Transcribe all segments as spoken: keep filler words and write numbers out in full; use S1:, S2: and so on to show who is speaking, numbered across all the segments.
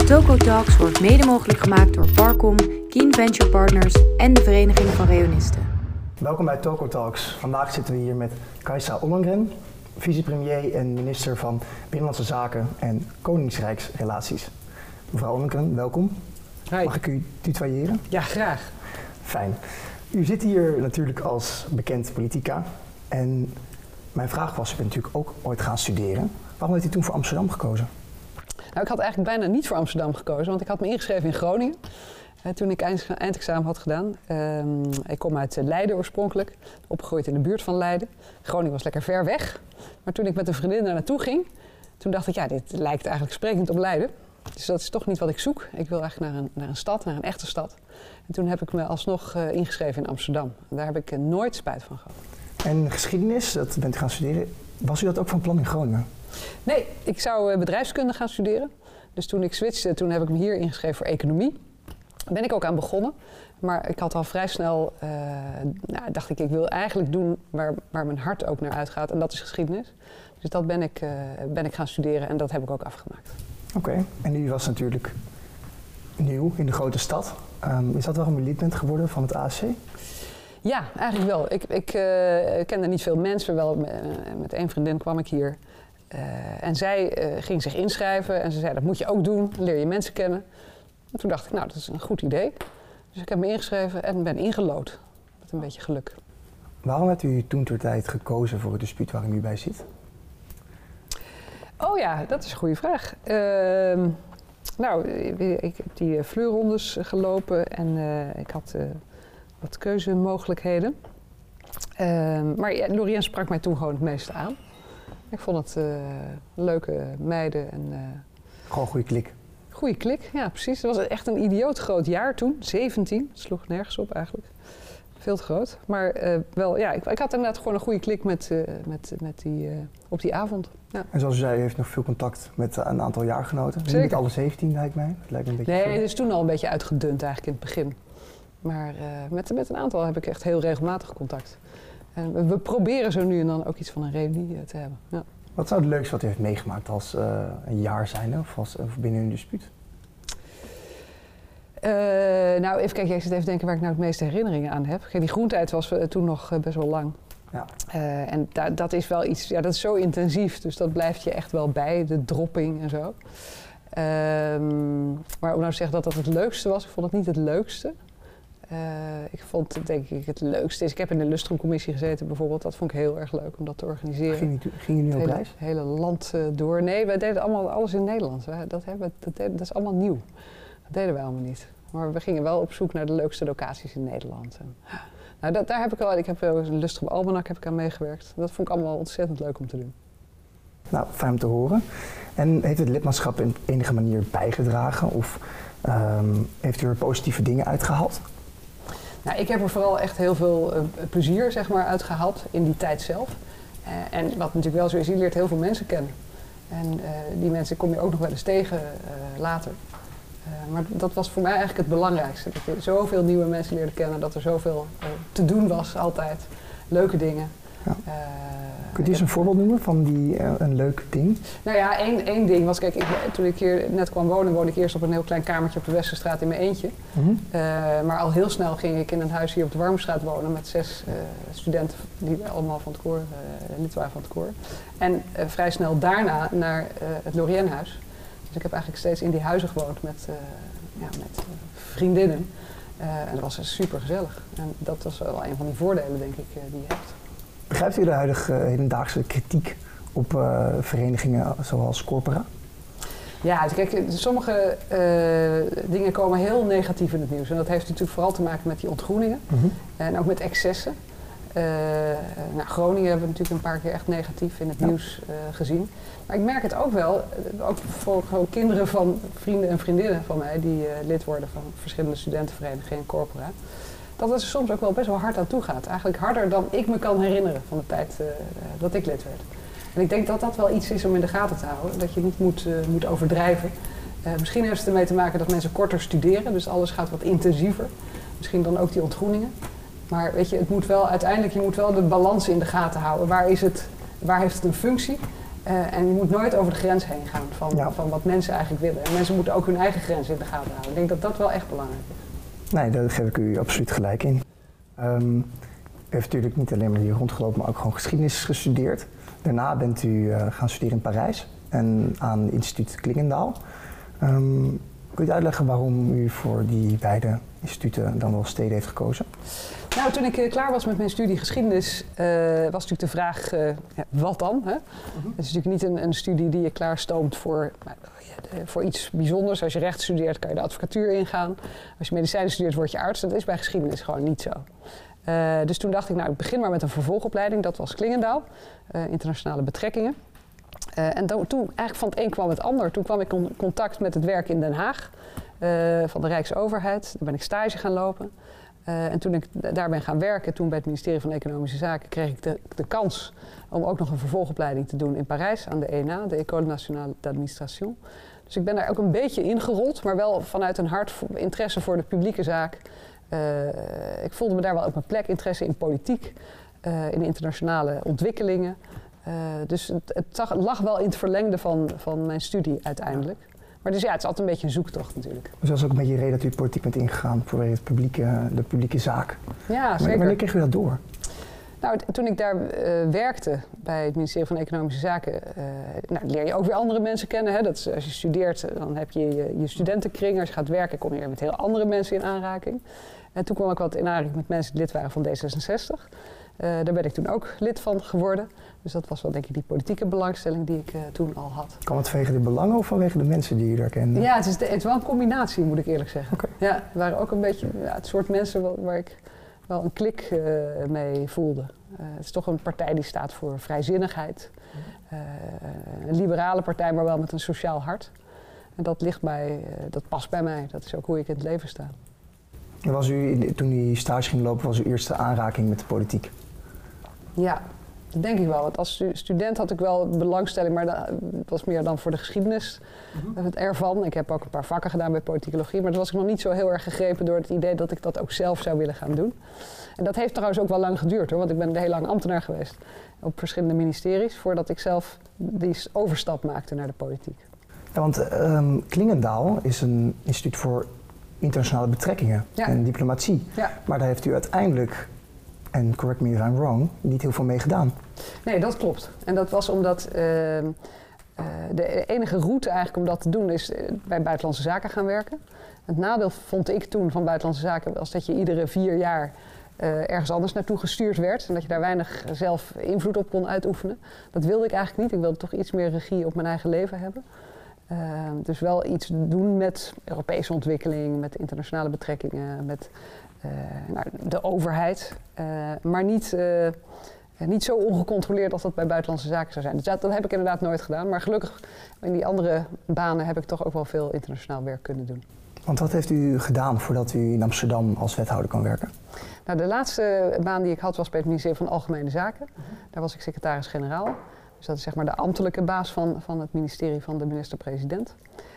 S1: Toco Talks wordt mede mogelijk gemaakt door Parcom, Keen Venture Partners en de Vereniging van Reonisten.
S2: Welkom bij Toco Talks. Vandaag zitten we hier met Kajsa Ollongren, vicepremier en minister van Binnenlandse Zaken en Koningsrijksrelaties. Mevrouw Ollongren, welkom.
S3: Hi.
S2: Mag ik u tutoyeren?
S3: Ja, graag.
S2: Fijn. U zit hier natuurlijk als bekend politica. En mijn vraag was, u bent natuurlijk ook ooit gaan studeren. Waarom heeft u toen voor Amsterdam gekozen?
S3: Nou, ik had eigenlijk bijna niet voor Amsterdam gekozen, want ik had me ingeschreven in Groningen. Eh, toen ik eind, eindexamen had gedaan. Um, ik kom uit Leiden oorspronkelijk, opgegroeid in de buurt van Leiden. Groningen was lekker ver weg. Maar toen ik met een vriendin daar naartoe ging, toen dacht ik, ja, dit lijkt eigenlijk sprekend op Leiden. Dus dat is toch niet wat ik zoek. Ik wil eigenlijk naar een, naar een stad, naar een echte stad. En toen heb ik me alsnog uh, ingeschreven in Amsterdam. En daar heb ik uh, nooit spijt van gehad.
S2: En geschiedenis, dat bent u gaan studeren. Was u dat ook van plan in Groningen?
S3: Nee, ik zou uh, bedrijfskunde gaan studeren. Dus toen ik switchte, toen heb ik me hier ingeschreven voor economie. Daar ben ik ook aan begonnen. Maar ik had al vrij snel, uh, nou, dacht ik, ik wil eigenlijk doen waar, waar mijn hart ook naar uitgaat. En dat is geschiedenis. Dus dat ben ik, uh, ben ik gaan studeren en dat heb ik ook afgemaakt.
S2: Oké, okay. En u was natuurlijk nieuw in de grote stad. Um, is dat waarom u lid bent geworden van het A C?
S3: Ja, eigenlijk wel. Ik, ik uh, kende niet veel mensen. Wel met, met één vriendin kwam ik hier. Uh, en zij uh, ging zich inschrijven en ze zei, dat moet je ook doen. Dan leer je mensen kennen. En toen dacht ik, nou, dat is een goed idee. Dus ik heb me ingeschreven en ben ingelood. Met een beetje geluk.
S2: Waarom hebt u toen ter tijd gekozen voor het dispuut waar u nu bij zit?
S3: Oh ja, dat is een goede vraag. Uh, nou, ik heb die vleurrondes gelopen en uh, ik had uh, wat keuzemogelijkheden. Uh, maar ja, Lorien sprak mij toen gewoon het meeste aan. Ik vond het uh, leuke meiden en... Uh,
S2: gewoon een goede klik.
S3: Goeie klik, ja precies. Het was echt een idioot groot jaar toen, zeventien. Het sloeg nergens op eigenlijk. Veel te groot. Maar uh, wel, ja, ik, ik had inderdaad gewoon een goede klik met, uh, met, met die, uh, op die avond. Ja.
S2: En zoals u zei, u heeft nog veel contact met uh, een aantal jaargenoten.
S3: Zeker.
S2: Niet alle zeventien, lijkt mij. Het lijkt me een beetje
S3: nee,
S2: veel.
S3: het is toen al een beetje uitgedund eigenlijk in het begin. Maar uh, met, met een aantal heb ik echt heel regelmatig contact. En we, we proberen zo nu en dan ook iets van een reunie uh, te hebben. Ja.
S2: Wat zou het leukste wat u heeft meegemaakt als uh, een jaar zijn of, als, of binnen een dispuut?
S3: Uh, nou, even kijken, ik zit even denken waar ik nou het meeste herinneringen aan heb. Kijk, die groentijd was uh, toen nog uh, best wel lang.
S2: Ja.
S3: Uh, en da- dat is wel iets, ja, dat is zo intensief, dus dat blijft je echt wel bij, de dropping en zo. Um, maar om nou te zeggen dat dat het leukste was, ik vond het niet het leukste. Uh, ik vond het denk ik het leukste is, ik heb in de Lustrum-commissie gezeten bijvoorbeeld, dat vond ik heel erg leuk om dat te organiseren.
S2: Ging u, ging u nu op
S3: hele,
S2: reis?
S3: Het hele land uh, door. Nee, wij deden allemaal alles in Nederland. Wij, dat, hebben, dat, deden, dat is allemaal nieuw. Dat deden wij allemaal niet. Maar we gingen wel op zoek naar de leukste locaties in Nederland. En, nou, dat, daar heb ik al, ik heb een Lustrum Almanak heb ik aan meegewerkt. Dat vond ik allemaal ontzettend leuk om te doen.
S2: Nou, fijn om te horen. En heeft het lidmaatschap in enige manier bijgedragen of um, heeft u er positieve dingen uitgehaald?
S3: Nou, ik heb er vooral echt heel veel uh, plezier zeg maar, uitgehaald in die tijd zelf. Uh, en wat natuurlijk wel zo is, je leert heel veel mensen kennen. En uh, die mensen kom je ook nog wel eens tegen uh, later. Uh, maar dat was voor mij eigenlijk het belangrijkste. Dat je zoveel nieuwe mensen leerde kennen, dat er zoveel uh, te doen was altijd. Leuke dingen.
S2: Ja.
S3: Uh,
S2: Kunt u eens een voorbeeld noemen van die, uh, een leuk ding?
S3: Nou ja, één, één ding was, kijk, ik, toen ik hier net kwam wonen, woonde ik eerst op een heel klein kamertje op de Westerstraat in mijn eentje. Mm-hmm. Uh, maar al heel snel ging ik in een huis hier op de Warmstraat wonen met zes uh, studenten die allemaal van het koor, uh, lid waren van het koor. En uh, vrij snel daarna naar uh, het Lorienhuis. Dus ik heb eigenlijk steeds in die huizen gewoond met, uh, ja, met uh, vriendinnen. Uh, en dat was super gezellig. En dat was wel een van die voordelen, denk ik, uh, die je hebt.
S2: Begrijpt u de huidige uh, hedendaagse kritiek op uh, verenigingen zoals Corpora?
S3: Ja, kijk, sommige uh, dingen komen heel negatief in het nieuws. En dat heeft natuurlijk vooral te maken met die ontgroeningen. Mm-hmm. En ook met excessen. Uh, nou, Groningen hebben we natuurlijk een paar keer echt negatief in het ja. nieuws uh, gezien. Maar ik merk het ook wel, ook voor gewoon kinderen van vrienden en vriendinnen van mij... die uh, lid worden van verschillende studentenverenigingen en corpora... dat het er soms ook wel best wel hard aan toe gaat. Eigenlijk harder dan ik me kan herinneren van de tijd uh, dat ik lid werd. En ik denk dat dat wel iets is om in de gaten te houden. Dat je niet moet, uh, moet overdrijven. Uh, misschien heeft het ermee te maken dat mensen korter studeren. Dus alles gaat wat intensiever. Misschien dan ook die ontgroeningen. Maar weet je, het moet wel uiteindelijk, je moet wel de balans in de gaten houden. Waar is het, waar heeft het een functie? Uh, en je moet nooit over de grens heen gaan van,
S2: ja.
S3: van wat mensen eigenlijk willen. En mensen moeten ook hun eigen grens in de gaten houden. Ik denk dat dat wel echt belangrijk is.
S2: Nee, daar geef ik u absoluut gelijk in. Um, u heeft natuurlijk niet alleen maar hier rondgelopen, maar ook gewoon geschiedenis gestudeerd. Daarna bent u uh, gaan studeren in Parijs en aan het instituut Klingendaal. Um, Kun je uitleggen waarom u voor die beide instituten dan wel steden heeft gekozen?
S3: Nou, toen ik uh, klaar was met mijn studie geschiedenis, uh, was natuurlijk de vraag, uh, ja, wat dan? Hè? Uh-huh. Het is natuurlijk niet een, een studie die je klaarstoomt voor, uh, ja, voor iets bijzonders. Als je recht studeert, kan je de advocatuur ingaan. Als je medicijnen studeert, word je arts. Dat is bij geschiedenis gewoon niet zo. Uh, dus toen dacht ik, nou, ik begin maar met een vervolgopleiding. Dat was Klingendaal, uh, internationale betrekkingen. Uh, en do- toen, eigenlijk van het een kwam het ander. Toen kwam ik in contact met het werk in Den Haag uh, van de Rijksoverheid. Daar ben ik stage gaan lopen. Uh, en toen ik d- daar ben gaan werken, toen bij het ministerie van Economische Zaken, kreeg ik de, de kans om ook nog een vervolgopleiding te doen in Parijs aan de E N A, de École Nationale d'Administration. Dus ik ben daar ook een beetje ingerold, maar wel vanuit een hart interesse voor de publieke zaak. Uh, ik voelde me daar wel op mijn plek, interesse in politiek, uh, in internationale ontwikkelingen. Uh, dus het, het, zag, het lag wel in het verlengde van, van mijn studie uiteindelijk. Maar dus ja, het is altijd een beetje een zoektocht natuurlijk.
S2: Dus dat is ook een beetje de reden dat u politiek bent ingegaan voor het publieke, de publieke zaak.
S3: Ja, zeker.
S2: Maar wanneer kreeg u dat door?
S3: Nou, t- toen ik daar uh, werkte bij het ministerie van Economische Zaken, uh, nou, leer je ook weer andere mensen kennen. Hè? Dat is, als je studeert, dan heb je, je je studentenkring. Als je gaat werken, kom je met heel andere mensen in aanraking. En toen kwam ik wat in aanraking met mensen die lid waren van D zesenzestig. Uh, daar ben ik toen ook lid van geworden. Dus dat was wel denk ik die politieke belangstelling die ik uh, toen al had.
S2: Kwam het vanwege de belangen of vanwege de mensen die u daar kende?
S3: Ja, het is, de, het is wel een combinatie, moet ik eerlijk zeggen.
S2: Okay.
S3: Ja, het waren ook een beetje ja, het soort mensen waar, waar ik wel een klik uh, mee voelde. Uh, het is toch een partij die staat voor vrijzinnigheid. Uh, een liberale partij, maar wel met een sociaal hart. En dat ligt mij, uh, dat past bij mij. Dat is ook hoe ik in het leven sta.
S2: Was u, toen u stage ging lopen, was uw eerste aanraking met de politiek?
S3: Ja, dat denk ik wel. Want als stu- student had ik wel belangstelling, maar dat was meer dan voor de geschiedenis uh-huh. ervan. Ik heb ook een paar vakken gedaan bij politicologie, maar toen was ik nog niet zo heel erg gegrepen door het idee dat ik dat ook zelf zou willen gaan doen. En dat heeft trouwens ook wel lang geduurd hoor, want ik ben heel lang ambtenaar geweest op verschillende ministeries voordat ik zelf die overstap maakte naar de politiek.
S2: Ja, want um, Klingendaal is een instituut voor internationale betrekkingen ja. en diplomatie. Ja. Maar daar heeft u uiteindelijk, en correct me if I'm wrong, niet heel veel mee gedaan.
S3: Nee, dat klopt. En dat was omdat uh, uh, de enige route eigenlijk om dat te doen is uh, bij Buitenlandse Zaken gaan werken. Het nadeel vond ik toen van Buitenlandse Zaken was dat je iedere vier jaar uh, ergens anders naartoe gestuurd werd. En dat je daar weinig zelf invloed op kon uitoefenen. Dat wilde ik eigenlijk niet. Ik wilde toch iets meer regie op mijn eigen leven hebben. Uh, dus wel iets doen met Europese ontwikkeling, met internationale betrekkingen, met uh, nou, de overheid. Uh, maar niet, uh, niet zo ongecontroleerd als dat bij Buitenlandse Zaken zou zijn. Dus dat, dat heb ik inderdaad nooit gedaan. Maar gelukkig in die andere banen heb ik toch ook wel veel internationaal werk kunnen doen.
S2: Want wat heeft u gedaan voordat u in Amsterdam als wethouder kan werken?
S3: Nou, de laatste baan die ik had was bij het ministerie van Algemene Zaken. Daar was ik secretaris-generaal. Dus dat is zeg maar de ambtelijke baas van, van het ministerie van de minister-president.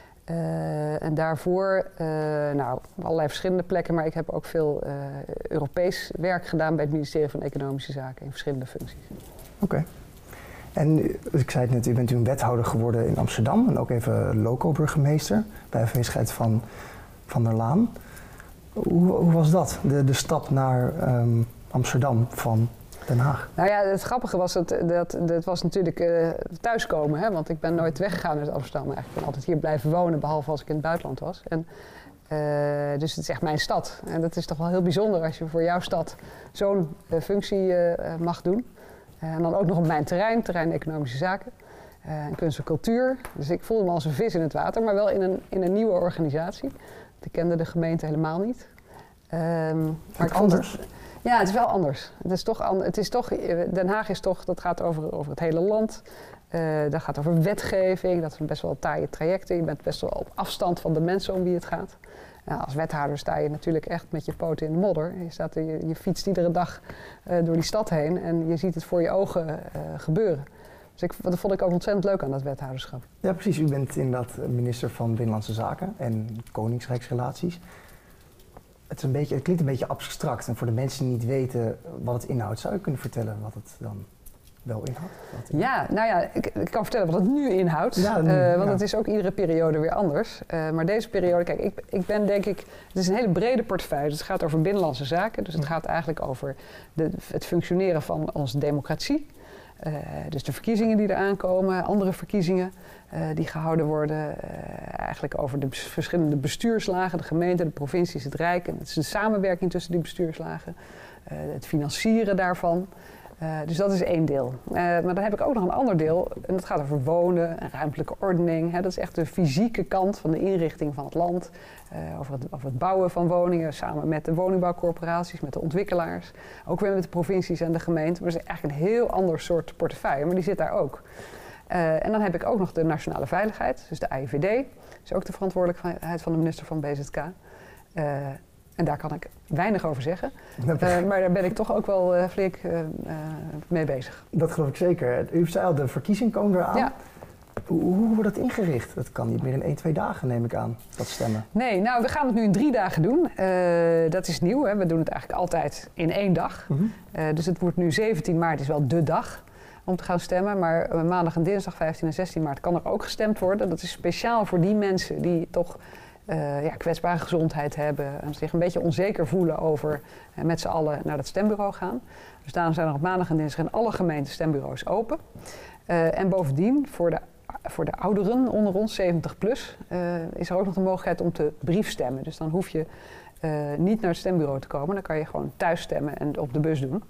S3: Uh, en daarvoor, uh, nou, allerlei verschillende plekken, maar ik heb ook veel uh, Europees werk gedaan bij het ministerie van Economische Zaken in verschillende functies.
S2: Oké. Okay. En ik zei het net, u bent u een wethouder geworden in Amsterdam en ook even loco-burgemeester bij afwezigheid van Van der Laan. Hoe, hoe was dat, de, de stap naar um, Amsterdam van Den Haag?
S3: Nou ja, het grappige was dat dat, dat was natuurlijk uh, thuiskomen, hè? Want ik ben nooit weggegaan uit Amsterdam. Eigenlijk. Ik ben altijd hier blijven wonen, behalve als ik in het buitenland was. En, uh, dus het is echt mijn stad. En dat is toch wel heel bijzonder als je voor jouw stad zo'n uh, functie uh, mag doen. Uh, en dan ook nog op mijn terrein, terrein Economische Zaken. Uh, en kunst en cultuur. Dus ik voelde me als een vis in het water, maar wel in een, in een nieuwe organisatie. Ik kende de gemeente helemaal niet. Um,
S2: maar ik anders? Het,
S3: ja, het is wel anders. Het is toch, het is toch, Den Haag is toch, dat gaat over, over het hele land. Uh, dat gaat over wetgeving, dat zijn best wel taaie trajecten. Je bent best wel op afstand van de mensen om wie het gaat. Nou, als wethouder sta je natuurlijk echt met je poten in de modder. Je, staat, je, je fietst iedere dag uh, door die stad heen en je ziet het voor je ogen uh, gebeuren. Dus ik, dat vond ik ook ontzettend leuk aan dat wethouderschap.
S2: Ja, precies. U bent inderdaad minister van Binnenlandse Zaken en Koningsrijksrelaties. Het, is een beetje, het klinkt een beetje abstract en voor de mensen die niet weten wat het inhoudt, zou je kunnen vertellen wat het dan wel inhoudt?
S3: Ja, nou ja, ik, ik kan vertellen wat het nu inhoudt. Ja, nu, uh, want ja. het is ook iedere periode weer anders. Uh, maar deze periode, kijk, ik, ik ben denk ik... Het is een hele brede portefeuille. Dus het gaat over binnenlandse zaken. Dus het gaat eigenlijk over de, het functioneren van onze democratie. Uh, dus de verkiezingen die eraan komen, andere verkiezingen uh, die gehouden worden. Uh, eigenlijk over de bes- verschillende bestuurslagen, de gemeente, de provincies, het Rijk. En het is de samenwerking tussen die bestuurslagen. Uh, het financieren daarvan. Uh, dus dat is één deel. Uh, maar dan heb ik ook nog een ander deel. En dat gaat over wonen en ruimtelijke ordening. Hè. Dat is echt de fysieke kant van de inrichting van het land. Uh, over, het, over het bouwen van woningen samen met de woningbouwcorporaties, met de ontwikkelaars. Ook weer met de provincies en de gemeenten. Maar dat is eigenlijk een heel ander soort portefeuille. Maar die zit daar ook. Uh, en dan heb ik ook nog de nationale veiligheid. Dus de A I V D. Dat is ook de verantwoordelijkheid van de minister van B Z K. Uh, En daar kan ik weinig over zeggen. Uh, maar daar ben ik toch ook wel uh, flink uh, uh, mee bezig.
S2: Dat geloof ik zeker. U zei al, de verkiezingen komen eraan. Ja. Hoe, hoe wordt dat ingericht? Dat kan niet meer in één, twee dagen, neem ik aan, dat stemmen.
S3: Nee, nou, we gaan het nu in drie dagen doen. Uh, dat is nieuw, hè. We doen het eigenlijk altijd in één dag. Mm-hmm. Uh, dus het wordt nu zeventien maart, is wel dé dag om te gaan stemmen. Maar uh, maandag en dinsdag, vijftien en zestien maart, kan er ook gestemd worden. Dat is speciaal voor die mensen die toch... Uh, ja, kwetsbare gezondheid hebben en zich een beetje onzeker voelen over uh, met z'n allen naar dat stembureau gaan. Dus daarom zijn er op maandag en dinsdag in alle gemeenten stembureaus open. Uh, en bovendien, voor de, voor de ouderen onder ons, zeventig plus, uh, is er ook nog de mogelijkheid om te briefstemmen. Dus dan hoef je uh, niet naar het stembureau te komen, dan kan je gewoon thuis stemmen en op de bus doen.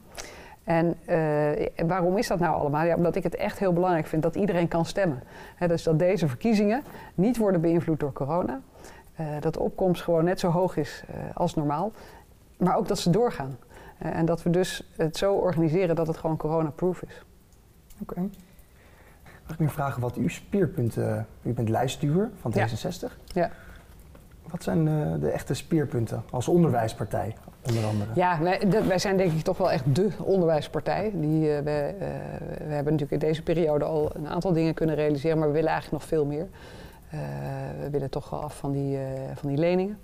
S3: En uh, waarom is dat nou allemaal? Ja, omdat ik het echt heel belangrijk vind dat iedereen kan stemmen. He, dus dat deze verkiezingen niet worden beïnvloed door corona. Uh, dat de opkomst gewoon net zo hoog is uh, als normaal. Maar ook dat ze doorgaan. Uh, en dat we dus het zo organiseren dat het gewoon corona-proof is.
S2: Oké. Okay. Mag ik nu vragen wat uw speerpunten... U bent lijstduwer van D zesenzestig.
S3: Ja. ja.
S2: Wat zijn uh, de echte speerpunten als onderwijspartij, onder andere?
S3: Ja, wij, de, wij zijn denk ik toch wel echt dé onderwijspartij. Die, uh, we, uh, we hebben natuurlijk in deze periode al een aantal dingen kunnen realiseren, maar we willen eigenlijk nog veel meer. Uh, we willen toch wel af van die, uh, van die leningen.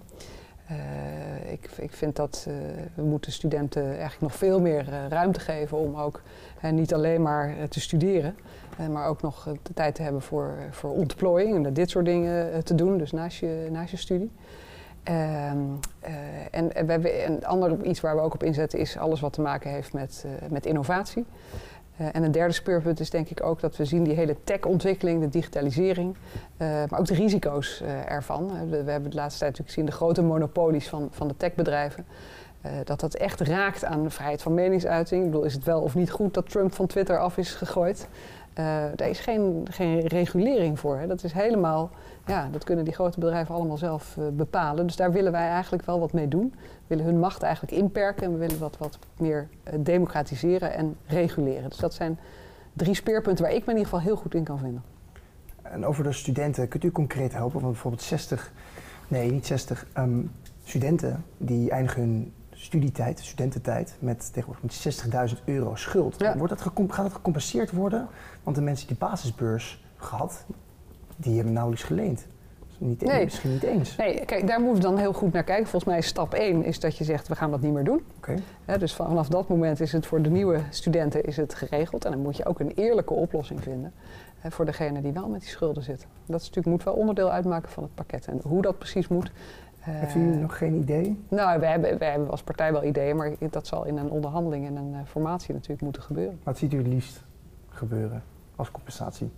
S3: Uh, ik, ik vind dat uh, we moeten studenten eigenlijk nog veel meer uh, ruimte geven om ook uh, niet alleen maar uh, te studeren, uh, maar ook nog uh, de tijd te hebben voor, voor ontplooiing en dit soort dingen uh, te doen, dus naast je, naast je studie. Uh, uh, en, en we hebben een ander iets waar we ook op inzetten is alles wat te maken heeft met, uh, met innovatie. Uh, en een derde speerpunt is denk ik ook dat we zien die hele tech-ontwikkeling, de digitalisering, uh, maar ook de risico's uh, ervan. Uh, we, we hebben de laatste tijd natuurlijk gezien de grote monopolies van, van de techbedrijven. Uh, dat dat echt raakt aan de vrijheid van meningsuiting. Ik bedoel, is het wel of niet goed dat Trump van Twitter af is gegooid? Uh, daar is geen, geen regulering voor. Hè. Dat is helemaal, ja, dat kunnen die grote bedrijven allemaal zelf uh, bepalen. Dus daar willen wij eigenlijk wel wat mee doen. We willen hun macht eigenlijk inperken en we willen wat, wat meer uh, democratiseren en reguleren. Dus dat zijn drie speerpunten waar ik me in ieder geval heel goed in kan vinden.
S2: En over de studenten, kunt u concreet helpen? Want bijvoorbeeld zestig, nee niet zestig, um, studenten die eindigen hun studietijd, studententijd, met tegenwoordig met zestigduizend euro schuld. Ja. Wordt dat gecom- gaat dat gecompenseerd worden? Want de mensen die de basisbeurs gehad, die hebben nauwelijks geleend. Dus niet eens, nee. Misschien niet eens.
S3: Nee, kijk, daar moeten we dan heel goed naar kijken. Volgens mij is stap één is dat je zegt, we gaan dat niet meer doen.
S2: Okay.
S3: Ja, dus vanaf dat moment is het voor de nieuwe studenten is het geregeld. En dan moet je ook een eerlijke oplossing vinden hè, voor degene die wel met die schulden zitten. Dat is natuurlijk, moet wel onderdeel uitmaken van het pakket. En hoe dat precies moet...
S2: Heeft u nog geen idee?
S3: Nou, wij hebben, wij hebben als partij wel ideeën, maar dat zal in een onderhandeling en een uh, formatie natuurlijk moeten gebeuren.
S2: Wat ziet u het liefst gebeuren als compensatie?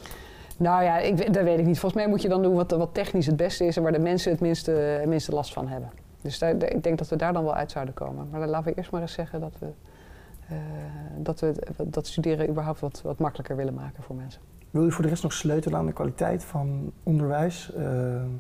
S3: Nou ja, ik, dat weet ik niet. Volgens mij moet je dan doen wat, wat technisch het beste is en waar de mensen het minste, het minste last van hebben. Dus daar, ik denk dat we daar dan wel uit zouden komen. Maar dan laten we eerst maar eens zeggen dat we, uh, dat, we dat studeren überhaupt wat, wat makkelijker willen maken voor mensen.
S2: Wil u voor de rest nog sleutelen aan de kwaliteit van onderwijs? Uh,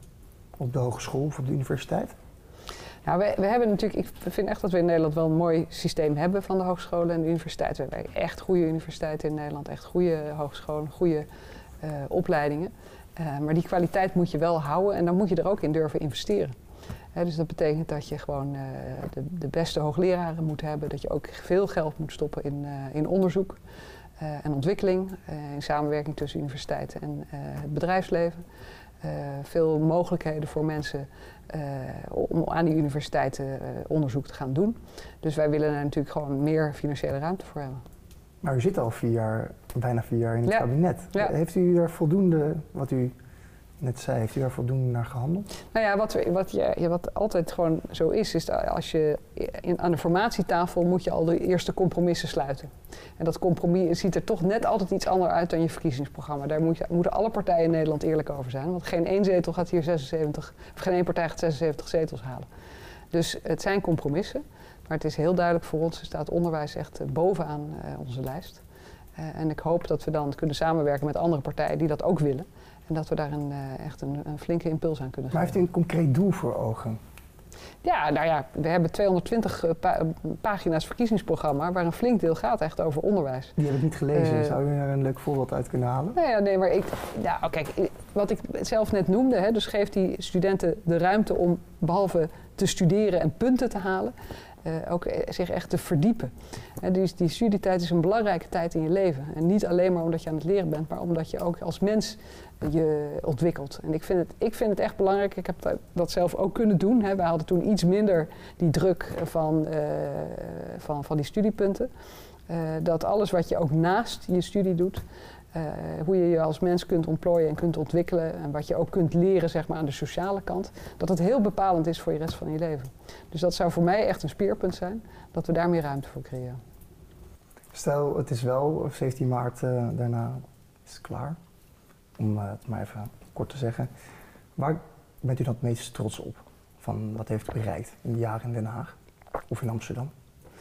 S2: op de hogeschool of op de universiteit?
S3: Nou, we, we hebben natuurlijk, ik vind echt dat we in Nederland wel een mooi systeem hebben van de hogescholen en de universiteiten. We hebben echt goede universiteiten in Nederland, echt goede hogescholen, goede uh, opleidingen. Uh, maar die kwaliteit moet je wel houden en dan moet je er ook in durven investeren. He, dus dat betekent dat je gewoon uh, de, de beste hoogleraren moet hebben, dat je ook veel geld moet stoppen in, uh, in onderzoek uh, en ontwikkeling, uh, in samenwerking tussen universiteiten en uh, het bedrijfsleven. Uh, veel mogelijkheden voor mensen uh, om aan die universiteiten uh, onderzoek te gaan doen. Dus wij willen er natuurlijk gewoon meer financiële ruimte voor hebben.
S2: Maar u zit al vier jaar, bijna vier jaar in het
S3: ja.
S2: kabinet.
S3: Ja.
S2: Heeft u daar voldoende, wat u net zei, heeft u daar voldoende naar gehandeld?
S3: Nou ja, wat, wat, je, wat altijd gewoon zo is, is dat als je in, aan de formatietafel moet je al de eerste compromissen sluiten. En dat compromis ziet er toch net altijd iets anders uit dan je verkiezingsprogramma. Daar moet je, moeten alle partijen in Nederland eerlijk over zijn. Want geen één zetel gaat hier zesenzeventig, of geen één partij gaat zesenzeventig zetels halen. Dus het zijn compromissen. Maar het is heel duidelijk voor ons, staat onderwijs echt bovenaan uh, onze lijst. Uh, en ik hoop dat we dan kunnen samenwerken met andere partijen die dat ook willen. En dat we daar een, uh, echt een, een flinke impuls aan kunnen geven.
S2: Maar heeft u een concreet doel voor ogen?
S3: Ja, nou ja, we hebben tweehonderdtwintig pa- pagina's verkiezingsprogramma waar een flink deel gaat echt over onderwijs.
S2: Die heb ik niet gelezen.
S3: Uh,
S2: Zou u er een leuk voorbeeld uit kunnen halen?
S3: Nou ja, nee, maar ik, ja, kijk, wat ik zelf net noemde, hè, dus geef die studenten de ruimte om behalve te studeren en punten te halen, uh, ook zich echt te verdiepen. Uh, die, die studietijd is een belangrijke tijd in je leven. En niet alleen maar omdat je aan het leren bent, maar omdat je ook als mens je ontwikkelt. En ik vind het, ik vind het echt belangrijk. Ik heb dat zelf ook kunnen doen. Hè. Wij hadden toen iets minder die druk van, uh, van, van die studiepunten. Uh, dat alles wat je ook naast je studie doet, uh, hoe je je als mens kunt ontplooien en kunt ontwikkelen en wat je ook kunt leren zeg maar, aan de sociale kant, dat het heel bepalend is voor je rest van je leven. Dus dat zou voor mij echt een speerpunt zijn, dat we daar meer ruimte voor creëren.
S2: Stel, het is wel zeventien maart, uh, daarna is het klaar. Om uh, het maar even kort te zeggen. Waar bent u dan het meest trots op? Van wat heeft u bereikt in de jaren in Den Haag of in Amsterdam?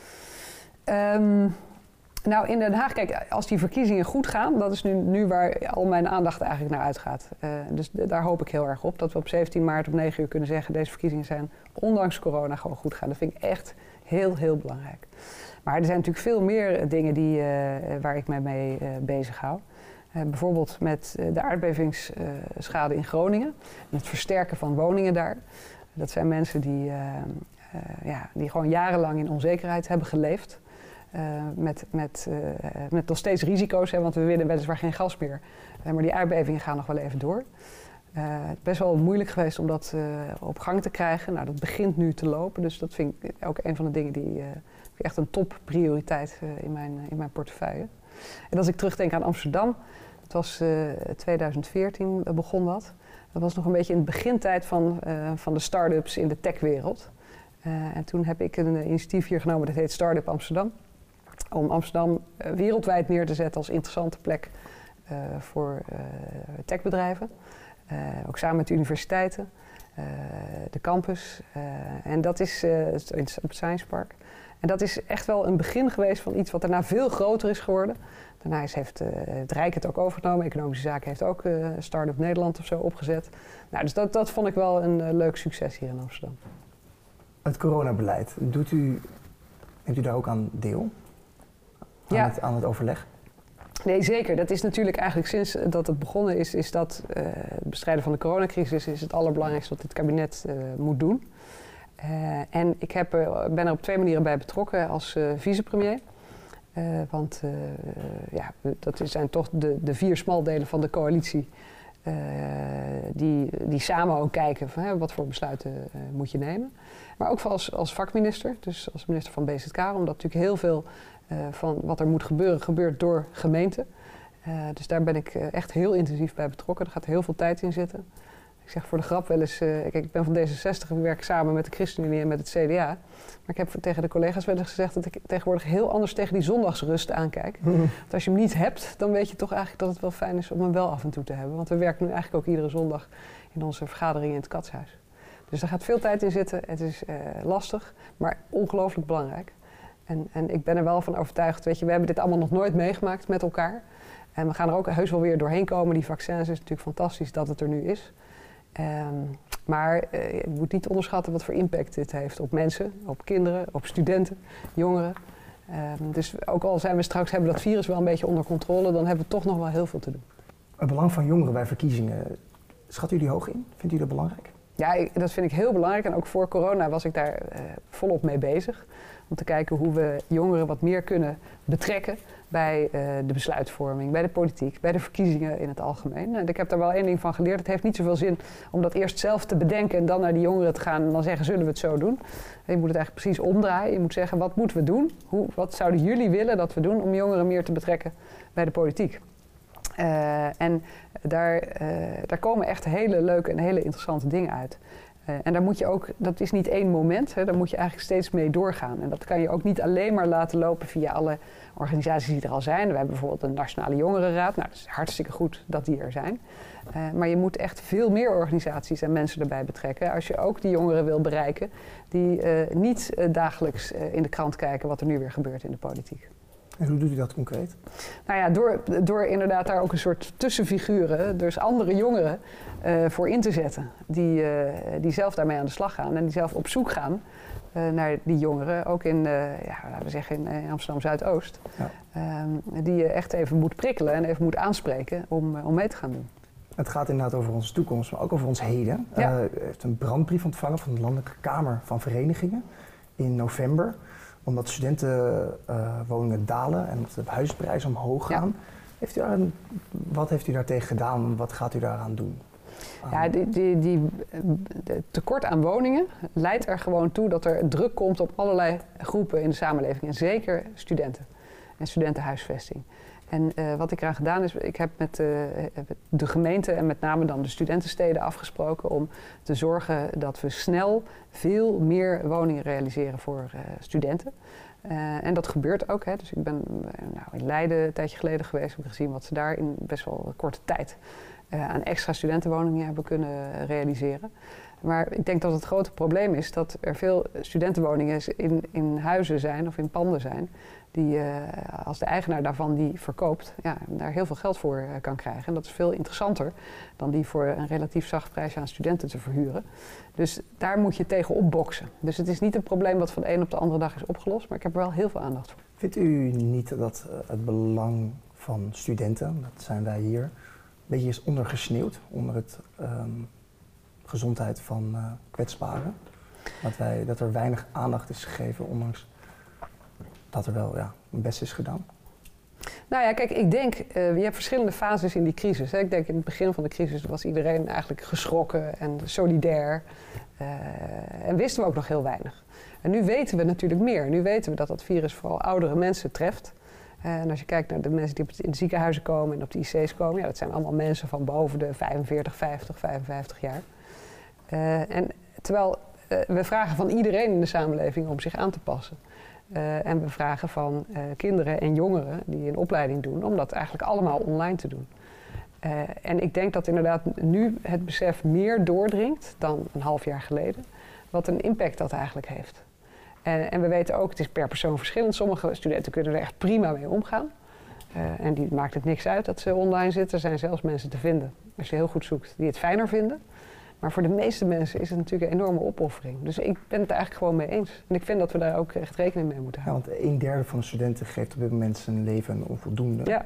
S3: Um, nou, in Den Haag, kijk, als die verkiezingen goed gaan, dat is nu, nu waar al mijn aandacht eigenlijk naar uitgaat. Uh, dus d- daar hoop ik heel erg op, dat we op zeventien maart om negen uur kunnen zeggen, deze verkiezingen zijn ondanks corona gewoon goed gaan. Dat vind ik echt heel, heel belangrijk. Maar er zijn natuurlijk veel meer dingen die, uh, waar ik mij mee uh, bezig hou. Uh, bijvoorbeeld met uh, de aardbevingsschade uh, in Groningen. En het versterken van woningen daar. Dat zijn mensen die, uh, uh, ja, die gewoon jarenlang in onzekerheid hebben geleefd. Uh, met, met, uh, met nog steeds risico's, hè, want we winnen weliswaar geen gas meer. Uh, maar die aardbevingen gaan nog wel even door. Uh, het is best wel moeilijk geweest om dat uh, op gang te krijgen. Nou, dat begint nu te lopen. Dus dat vind ik ook een van de dingen die uh, echt een topprioriteit uh, in, mijn, in mijn portefeuille. En als ik terugdenk aan Amsterdam, het was uh, twintig veertien uh, begon dat. Dat was nog een beetje in de begintijd van, uh, van de start-ups in de techwereld. Uh, en toen heb ik een initiatief hier genomen, dat heet Startup Amsterdam. Om Amsterdam uh, wereldwijd neer te zetten als interessante plek uh, voor uh, techbedrijven. Uh, ook samen met de universiteiten, uh, de campus. Uh, en dat is uh, op het Science Park. En dat is echt wel een begin geweest van iets wat daarna veel groter is geworden. Daarna is, heeft uh, het Rijk het ook overgenomen. Economische Zaken heeft ook uh, Startup Nederland of zo opgezet. Nou, dus dat, dat vond ik wel een uh, leuk succes hier in Amsterdam.
S2: Het coronabeleid, doet u, neemt u daar ook aan deel? Aan,
S3: ja.
S2: het, aan het overleg?
S3: Nee, zeker. Dat is natuurlijk eigenlijk sinds dat het begonnen is, is dat uh, het bestrijden van de coronacrisis is het allerbelangrijkste wat dit kabinet uh, moet doen. Uh, en ik heb, uh, ben er op twee manieren bij betrokken als uh, vicepremier. Uh, want uh, ja, dat zijn toch de, de vier smaldelen van de coalitie uh, die, die samen ook kijken van hè, wat voor besluiten uh, moet je nemen. Maar ook als, als vakminister, dus als minister van B Z K, omdat natuurlijk heel veel uh, van wat er moet gebeuren, gebeurt door gemeenten. Uh, dus daar ben ik uh, echt heel intensief bij betrokken. Er gaat heel veel tijd in zitten. Ik zeg voor de grap wel eens, uh, kijk, ik ben van D zesenzestig, ik werk samen met de ChristenUnie en met het C D A. Maar ik heb tegen de collega's wel eens gezegd dat ik tegenwoordig heel anders tegen die zondagsrust aankijk. Mm. Want als je hem niet hebt, dan weet je toch eigenlijk dat het wel fijn is om hem wel af en toe te hebben. Want we werken nu eigenlijk ook iedere zondag in onze vergaderingen in het Katshuis. Dus daar gaat veel tijd in zitten. Het is uh, lastig, maar ongelooflijk belangrijk. En, en ik ben er wel van overtuigd, weet je, we hebben dit allemaal nog nooit meegemaakt met elkaar. En we gaan er ook heus wel weer doorheen komen. Die vaccins is natuurlijk fantastisch dat het er nu is. Um, maar uh, je moet niet onderschatten wat voor impact dit heeft op mensen, op kinderen, op studenten, jongeren. Um, dus ook al zijn we straks, hebben dat virus wel een beetje onder controle, dan hebben we toch nog wel heel veel te doen.
S2: Het belang van jongeren bij verkiezingen, schat u die hoog in? Vindt u dat belangrijk?
S3: Ja, ik, dat vind ik heel belangrijk. En ook voor corona was ik daar uh, volop mee bezig. Om te kijken hoe we jongeren wat meer kunnen betrekken bij uh, de besluitvorming, bij de politiek, bij de verkiezingen in het algemeen. En ik heb daar wel één ding van geleerd. Het heeft niet zoveel zin om dat eerst zelf te bedenken en dan naar die jongeren te gaan en dan zeggen, zullen we het zo doen? En je moet het eigenlijk precies omdraaien. Je moet zeggen, wat moeten we doen? Hoe, wat zouden jullie willen dat we doen om jongeren meer te betrekken bij de politiek? Uh, en daar, uh, daar komen echt hele leuke en hele interessante dingen uit. Uh, en daar moet je ook, dat is niet één moment, hè, daar moet je eigenlijk steeds mee doorgaan. En dat kan je ook niet alleen maar laten lopen via alle organisaties die er al zijn. We hebben bijvoorbeeld een Nationale Jongerenraad. Nou, dat is hartstikke goed dat die er zijn. Uh, maar je moet echt veel meer organisaties en mensen erbij betrekken als je ook die jongeren wil bereiken die uh, niet uh, dagelijks uh, in de krant kijken wat er nu weer gebeurt in de politiek.
S2: En hoe doet u dat concreet?
S3: Nou ja, door, door inderdaad daar ook een soort tussenfiguren, dus andere jongeren, uh, voor in te zetten. Die, uh, die zelf daarmee aan de slag gaan en die zelf op zoek gaan uh, naar die jongeren. Ook in, uh, ja, laten we zeggen in, in Amsterdam Zuidoost. Ja. Um, die je echt even moet prikkelen en even moet aanspreken om, uh, om mee te gaan doen.
S2: Het gaat inderdaad over onze toekomst, maar ook over ons heden. Ja. Uh, u heeft een brandbrief ontvangen van de Landelijke Kamer van Verenigingen in november. Omdat studentenwoningen uh, dalen en de huisprijzen omhoog gaan. Ja. Heeft u daar een, wat heeft u daartegen gedaan? Wat gaat u daaraan doen? Aan...
S3: Ja, die, die, die de tekort aan woningen leidt er gewoon toe dat er druk komt op allerlei groepen in de samenleving. En zeker studenten en studentenhuisvesting. En uh, wat ik eraan gedaan is, ik heb met uh, de gemeente en met name dan de studentensteden afgesproken om te zorgen dat we snel veel meer woningen realiseren voor uh, studenten. Uh, en dat gebeurt ook. Hè. Dus ik ben uh, nou, in Leiden een tijdje geleden geweest. Heb gezien wat ze daar in best wel een korte tijd uh, aan extra studentenwoningen hebben kunnen realiseren. Maar ik denk dat het grote probleem is dat er veel studentenwoningen in, in huizen zijn of in panden zijn die uh, als de eigenaar daarvan die verkoopt, ja, daar heel veel geld voor uh, kan krijgen. En dat is veel interessanter dan die voor een relatief zacht prijsje aan studenten te verhuren. Dus daar moet je tegen opboksen. Dus het is niet een probleem wat van de een op de andere dag is opgelost, maar ik heb er wel heel veel aandacht voor.
S2: Vindt u niet dat uh, het belang van studenten, dat zijn wij hier, een beetje is ondergesneeuwd onder het um, gezondheid van uh, kwetsbaren? Dat, wij, dat er weinig aandacht is gegeven, ondanks dat er wel ja, een best is gedaan?
S3: Nou ja, kijk, ik denk, uh, je hebt verschillende fases in die crisis. Hè. Ik denk in het begin van de crisis was iedereen eigenlijk geschrokken en solidair. Uh, en wisten we ook nog heel weinig. En nu weten we natuurlijk meer. Nu weten we dat dat virus vooral oudere mensen treft. Uh, en als je kijkt naar de mensen die in de ziekenhuizen komen en op de I C's komen, ja, dat zijn allemaal mensen van boven de vijfenveertig, vijftig, vijfenvijftig jaar. Uh, en terwijl uh, we vragen van iedereen in de samenleving om zich aan te passen. Uh, en we vragen van uh, kinderen en jongeren die een opleiding doen, om dat eigenlijk allemaal online te doen. Uh, en ik denk dat inderdaad nu het besef meer doordringt dan een half jaar geleden, wat een impact dat eigenlijk heeft. Uh, en we weten ook, het is per persoon verschillend. Sommige studenten kunnen er echt prima mee omgaan. Uh, en die maakt het niks uit dat ze online zitten. Er zijn zelfs mensen te vinden, als je heel goed zoekt, die het fijner vinden. Maar voor de meeste mensen is het natuurlijk een enorme opoffering. Dus ik ben het er eigenlijk gewoon mee eens. En ik vind dat we daar ook echt rekening mee moeten houden.
S2: Ja, want een derde van de studenten geeft op dit moment zijn leven onvoldoende.
S3: Ja.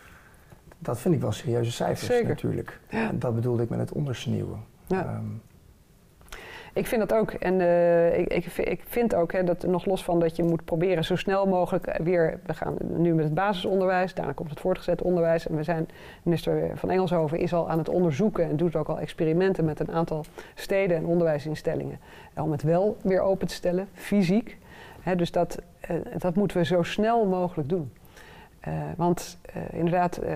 S2: Dat vind ik wel serieuze cijfers.
S3: Zeker.
S2: Natuurlijk. Ja. Dat bedoelde ik met het ondersneeuwen.
S3: Ja.
S2: Um,
S3: Ik vind dat ook. En uh, ik, ik, ik vind ook, hè, dat nog los van dat je moet proberen zo snel mogelijk weer, we gaan nu met het basisonderwijs, daarna komt het voortgezet onderwijs. En we zijn, minister van Engelshoven is al aan het onderzoeken en doet ook al experimenten met een aantal steden en onderwijsinstellingen. Om het wel weer open te stellen, fysiek. Hè, dus dat, uh, dat moeten we zo snel mogelijk doen. Uh, want uh, inderdaad, uh,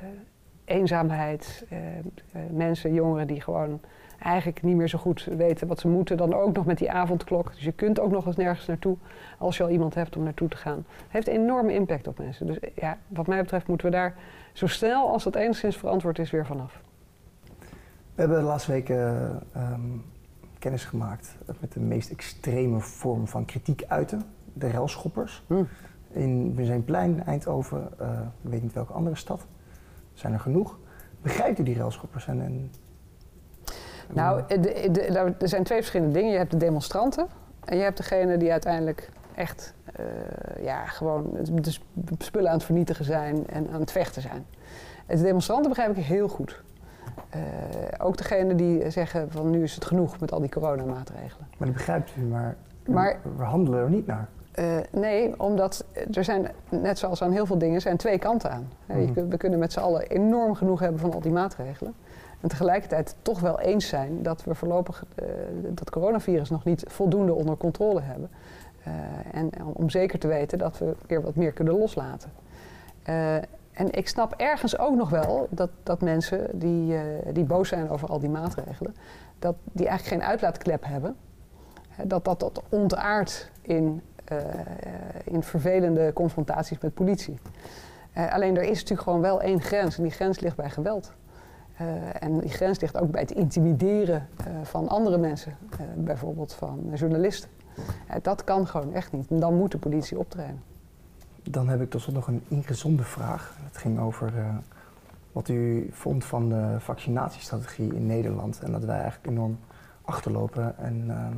S3: eenzaamheid, uh, uh, mensen, jongeren die gewoon eigenlijk niet meer zo goed weten wat ze moeten. Dan ook nog met die avondklok. Dus je kunt ook nog eens nergens naartoe als je al iemand hebt om naartoe te gaan. Het heeft een enorme impact op mensen. Dus ja, wat mij betreft moeten we daar zo snel als dat enigszins verantwoord is weer vanaf.
S2: We hebben de laatste weken uh, um, kennis gemaakt met de meest extreme vorm van kritiek uiten. De relschoppers. Hmm. In Museumplein, Eindhoven, uh, ik weet niet welke andere stad. Zijn er genoeg. Begrijpt u die relschoppers? En, en
S3: Nou, de, de, er zijn twee verschillende dingen. Je hebt de demonstranten en je hebt degene die uiteindelijk echt uh, ja, gewoon de spullen aan het vernietigen zijn en aan het vechten zijn. De demonstranten begrijp ik heel goed. Uh, ook degene die zeggen van nu is het genoeg met al die coronamaatregelen.
S2: Maar dat begrijpt u, maar,
S3: maar
S2: we handelen er niet naar.
S3: Uh, nee, omdat er zijn, net zoals aan heel veel dingen, zijn twee kanten aan. Mm-hmm. We kunnen met z'n allen enorm genoeg hebben van al die maatregelen. En tegelijkertijd toch wel eens zijn dat we voorlopig uh, dat coronavirus nog niet voldoende onder controle hebben. Uh, en om zeker te weten dat we weer wat meer kunnen loslaten. Uh, en ik snap ergens ook nog wel dat, dat mensen die, uh, die boos zijn over al die maatregelen, dat die eigenlijk geen uitlaatklep hebben. Dat dat, dat ontaardt in, uh, in vervelende confrontaties met politie. Uh, alleen er is natuurlijk gewoon wel één grens en die grens ligt bij geweld. Uh, en die grens ligt ook bij het intimideren uh, van andere mensen, uh, bijvoorbeeld van journalisten. Uh, dat kan gewoon echt niet en dan moet de politie optreden.
S2: Dan heb ik tot slot nog een ingezonde vraag. Het ging over uh, wat u vond van de vaccinatiestrategie in Nederland en dat wij eigenlijk enorm achterlopen en uh,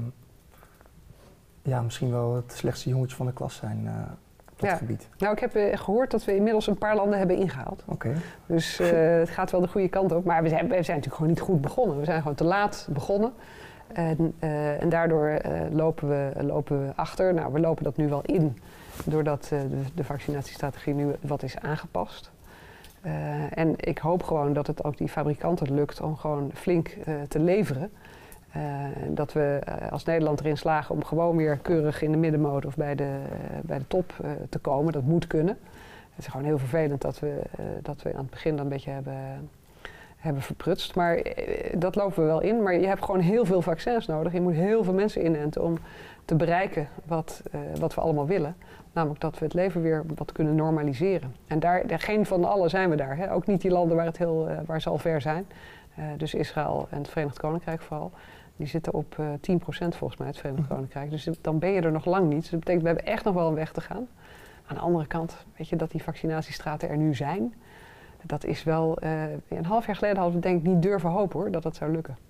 S2: ja, misschien wel het slechtste jongetje van de klas zijn uh, op dat
S3: ja.
S2: gebied.
S3: Nou, ik heb uh, gehoord dat we inmiddels een paar landen hebben ingehaald.
S2: Okay.
S3: Dus uh, het gaat wel de goede kant op. Maar we zijn, we zijn natuurlijk gewoon niet goed begonnen. We zijn gewoon te laat begonnen. En, uh, en daardoor uh, lopen, we, lopen we achter. Nou, we lopen dat nu wel in, doordat uh, de, de vaccinatiestrategie nu wat is aangepast. Uh, en ik hoop gewoon dat het ook die fabrikanten lukt om gewoon flink uh, te leveren. Uh, dat we uh, als Nederland erin slagen om gewoon weer keurig in de middenmoot of bij de, uh, bij de top uh, te komen. Dat moet kunnen. Het is gewoon heel vervelend dat we, uh, dat we aan het begin dan een beetje hebben, uh, hebben verprutst. Maar uh, dat lopen we wel in. Maar je hebt gewoon heel veel vaccins nodig. Je moet heel veel mensen inenten om te bereiken wat, uh, wat we allemaal willen. Namelijk dat we het leven weer wat kunnen normaliseren. En daar, geen van allen zijn we daar. Hè? Ook niet die landen waar, het heel, uh, waar ze al ver zijn. Uh, dus Israël en het Verenigd Koninkrijk vooral. Die zitten op uh, tien procent volgens mij, het Verenigd Koninkrijk. Dus dan ben je er nog lang niet. Dus dat betekent, we hebben echt nog wel een weg te gaan. Aan de andere kant, weet je, dat die vaccinatiestraten er nu zijn. Dat is wel, uh, een half jaar geleden hadden we denk ik niet durven hopen hoor, dat dat zou lukken.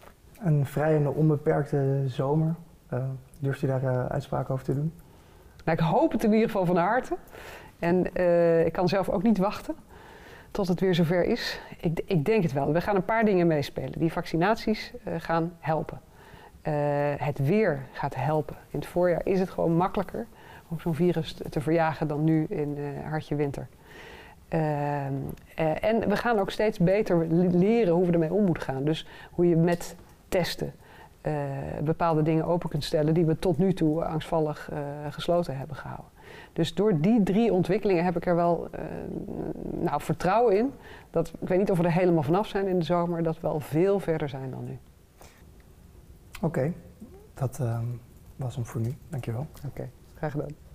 S2: Een vrij en onbeperkte zomer. Uh, durft u daar uh, uitspraken over te doen?
S3: Nou, ik hoop het in ieder geval van harte. En uh, ik kan zelf ook niet wachten tot het weer zover is. Ik, ik denk het wel. We gaan een paar dingen meespelen. Die vaccinaties uh, gaan helpen. Uh, het weer gaat helpen. In het voorjaar is het gewoon makkelijker om zo'n virus te, te verjagen dan nu in uh, hartje winter. Uh, uh, en we gaan ook steeds beter leren hoe we ermee om moeten gaan. Dus hoe je met testen uh, bepaalde dingen open kunt stellen die we tot nu toe angstvallig uh, gesloten hebben gehouden. Dus door die drie ontwikkelingen heb ik er wel uh, nou, vertrouwen in. Dat, ik weet niet of we er helemaal vanaf zijn in de zomer, dat we wel veel verder zijn dan nu.
S2: Oké, okay. dat uh, was hem voor nu. Dankjewel.
S3: Oké, okay. Graag gedaan.